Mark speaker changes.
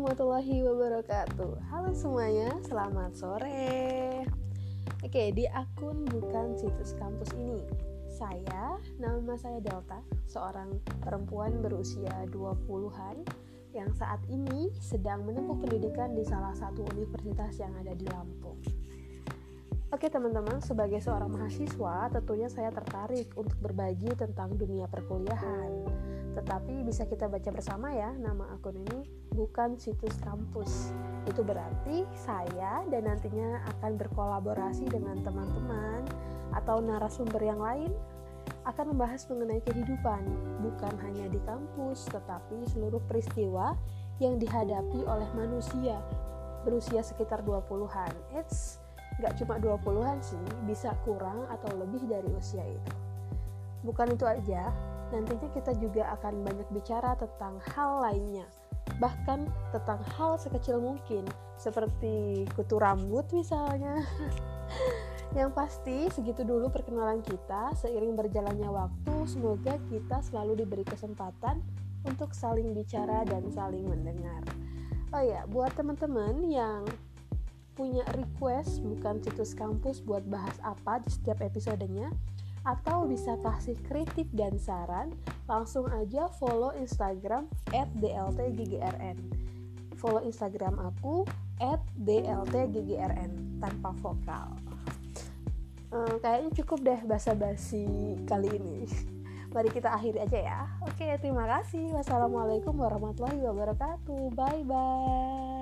Speaker 1: warahmatullahi wabarakatuh. Halo semuanya, selamat sore. Oke, di akun Bukan Situs Kampus ini, nama saya Delta, seorang perempuan berusia 20-an yang saat ini sedang menempuh pendidikan di salah satu universitas yang ada di Lampung. Oke teman-teman, sebagai seorang mahasiswa tentunya saya tertarik untuk berbagi tentang dunia perkuliahan. Tetapi bisa kita baca bersama ya, nama akun ini Bukan Situs Kampus. Itu berarti saya dan nantinya akan berkolaborasi dengan teman-teman atau narasumber yang lain akan membahas mengenai kehidupan, bukan hanya di kampus, tetapi seluruh peristiwa yang dihadapi oleh manusia berusia sekitar 20-an. Gak cuma 20-an sih, bisa kurang atau lebih dari usia itu. Bukan itu aja, nantinya kita juga akan banyak bicara tentang hal lainnya, bahkan tentang hal sekecil mungkin, seperti kutu rambut misalnya. Yang pasti segitu dulu perkenalan kita. Seiring berjalannya waktu, semoga kita selalu diberi kesempatan untuk saling bicara dan saling mendengar. Oh ya, buat teman-teman yang punya request Bukan Situs Kampus buat bahas apa di setiap episodenya, atau bisa kasih kritik dan saran, langsung aja follow Instagram @dltggrn. Follow Instagram aku @dltggrn tanpa vokal. Kayaknya cukup deh basa-basi kali ini. Mari kita akhiri aja ya. Oke, terima kasih. Wassalamualaikum warahmatullahi wabarakatuh. Bye bye.